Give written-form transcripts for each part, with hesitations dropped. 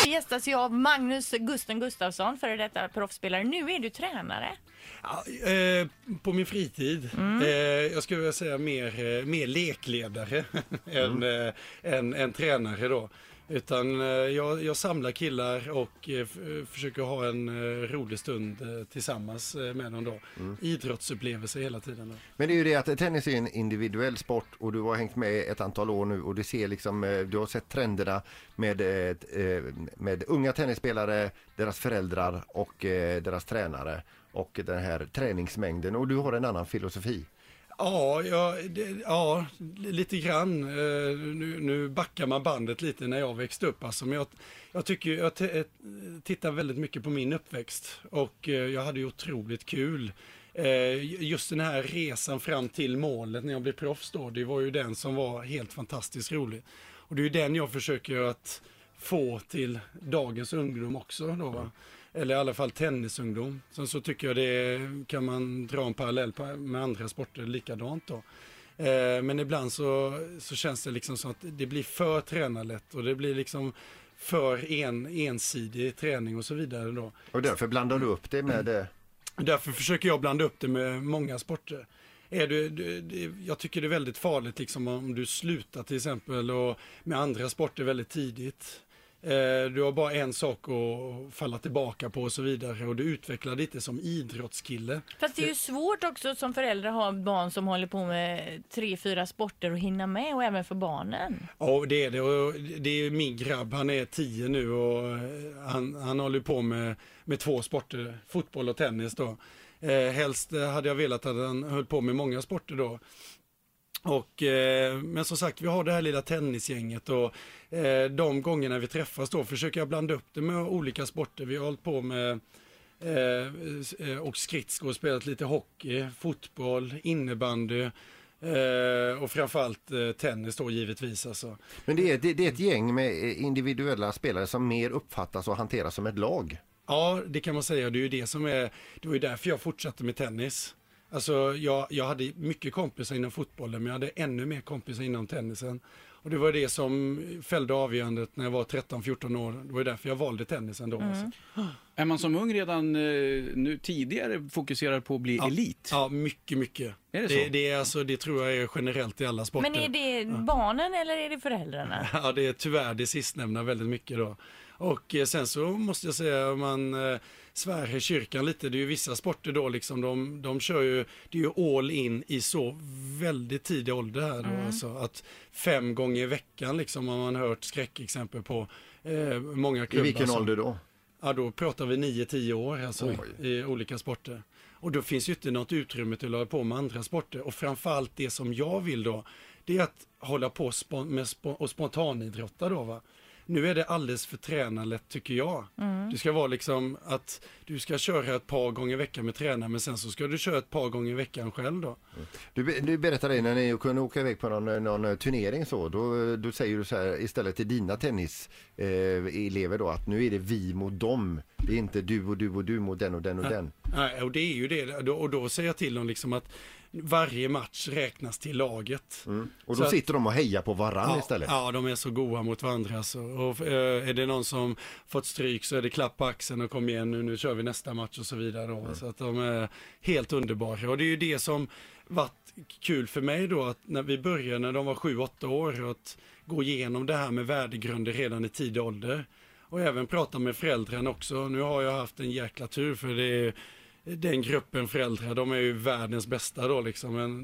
gästas jag av Magnus Gusten Gustafsson, före detta proffsspelare. Nu är du tränare. Ja, på min fritid. Jag skulle vilja säga mer lekledare än tränare då. Utan jag samlar killar och försöker ha en rolig stund tillsammans med dem då. Idrottsupplevelse hela tiden då. Men det är ju det att tennis är en individuell sport och du har hängt med ett antal år nu och du ser liksom, du har sett trenderna med unga tennisspelare, deras föräldrar och deras tränare och den här träningsmängden, och du har en annan filosofi. Ja, lite grann. Nu backar man bandet lite när jag växte upp. Alltså, men jag tittar väldigt mycket på min uppväxt och jag hade ju otroligt kul. Just den här resan fram till målet när jag blev proffs då, det var ju den som var helt fantastiskt rolig. Och det är ju den jag försöker att få till dagens ungdom också då, va? Eller i alla fall tennisungdom. Sen så tycker jag det kan man dra en parallell med andra sporter likadant då. Men ibland så känns det liksom så att det blir för tränarlätt och det blir liksom för ensidig träning och så vidare då. Och därför blandar du upp det med det? Därför försöker jag blanda upp det med många sporter. Jag tycker det är väldigt farligt liksom om du slutar till exempel och med andra sporter väldigt tidigt. Du har bara en sak att falla tillbaka på och så vidare, och du utvecklar det inte som idrottskille. Fast det är ju svårt också som förälder att ha barn som håller på med 3-4 sporter och hinna med, och även för barnen. Ja, det är det, och det är min grabb, han är 10 nu och han håller på med 2 sporter, fotboll och tennis då. Helst hade jag velat att han höll på med många sporter då. Men som sagt, vi har det här lilla tennisgänget och de gångerna vi träffas då försöker jag blanda upp det med olika sporter. Vi har hållit på med och skridskor och spelat lite hockey, fotboll, innebandy och framförallt tennis då givetvis. Alltså. Men det är ett gäng med individuella spelare som mer uppfattas och hanteras som ett lag. Ja, det kan man säga. Det är ju det som är, det var ju därför jag fortsatte med tennis. Alltså jag hade mycket kompisar inom fotbollen, men jag hade ännu mer kompisar inom tennisen. Och det var det som fällde avgörandet när jag var 13-14 år. Det var därför jag valde tennisen då. Alltså. Är man som ung redan nu tidigare fokuserad på att bli elit? Ja, mycket. Är det så? Det är alltså, det tror jag är generellt i alla sporter. Men är det barnen eller är det föräldrarna? Ja, det är tyvärr det sistnämnda väldigt mycket då. Och sen så måste jag säga, om man svär i kyrkan lite, det är ju vissa sporter då liksom, de kör ju, det är ju all in i så väldigt tidig ålder här då, alltså att 5 gånger i veckan liksom har man hört skräckexempel på många klubbar. I vilken ålder då? Ja, då pratar vi 9-10 år alltså, i olika sporter. Och då finns ju inte något utrymme till att hålla på med andra sporter. Och framförallt det som jag vill då, det är att hålla på och spontanidrotta då, va. Nu är det alldeles för tränarlätt tycker jag. Det ska vara liksom att du ska köra ett par gånger i veckan med tränare, men sen så ska du köra ett par gånger i veckan själv då. Du berättade när ni kunde åka iväg på någon turnering så, då säger du så här istället till dina tenniselever då, att nu är det vi mot dem. Det är inte du och du och du mot den och den och den. Nej, och det är ju det. Och då säger jag till dem liksom att varje match räknas till laget. Och då sitter de och hejar på varann istället. Ja, de är så goda mot varandra. Alltså. Och är det någon som fått stryk så är det klapp på axeln och kom igen nu kör vi nästa match och så vidare. Då. Så att de är helt underbara. Och det är ju det som varit kul för mig då, att när vi började när de var 7-8 år, att gå igenom det här med värdegrunder redan i tidig ålder. Och även prata med föräldrarna också. Nu har jag haft en jäkla tur, för det är den gruppen föräldrar, de är ju världens bästa då liksom, men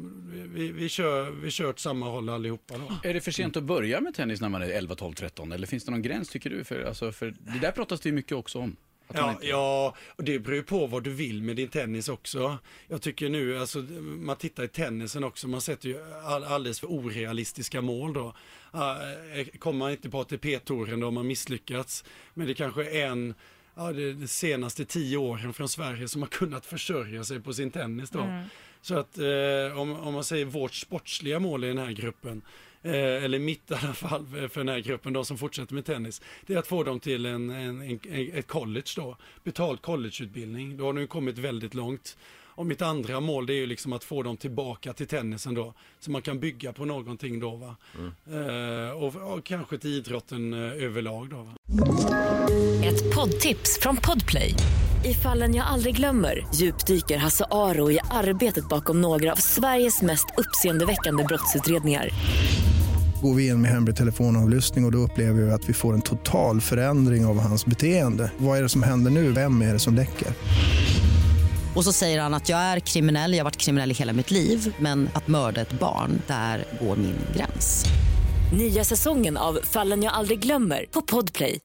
vi kör åt samma håll allihopa då. Är det för sent att börja med tennis när man är 11, 12, 13, eller finns det någon gräns tycker du? För det där pratas det ju mycket också om. Ja, och det beror ju på vad du vill med din tennis också. Jag tycker nu, alltså man tittar i tennisen också, man sätter ju alldeles för orealistiska mål då. Kommer man inte på ATP-touren då har man misslyckats, men det kanske är de senaste 10 åren från Sverige som har kunnat försörja sig på sin tennis då. Så att om man säger vårt sportsliga mål i den här gruppen, eller mitt i alla fall för den här gruppen, de som fortsätter med tennis, det är att få dem till ett college då, betald collegeutbildning. Då har de kommit väldigt långt. Och mitt andra mål, det är ju liksom att få dem tillbaka till tennisen då, så man kan bygga på någonting då, va. Och kanske till idrotten överlag då, va. Ett poddtips från Podplay. I Fallen jag aldrig glömmer djupdyker Hasse Aro i arbetet bakom några av Sveriges mest uppseendeväckande brottsutredningar. Går vi in med hemlig telefonavlyssning och då upplever vi att vi får en total förändring av hans beteende. Vad är det som händer nu? Vem är det som läcker? Och så säger han att jag är kriminell, jag har varit kriminell i hela mitt liv. Men att mörda ett barn, där går min gräns. Nya säsongen av Fallen jag aldrig glömmer på Podplay.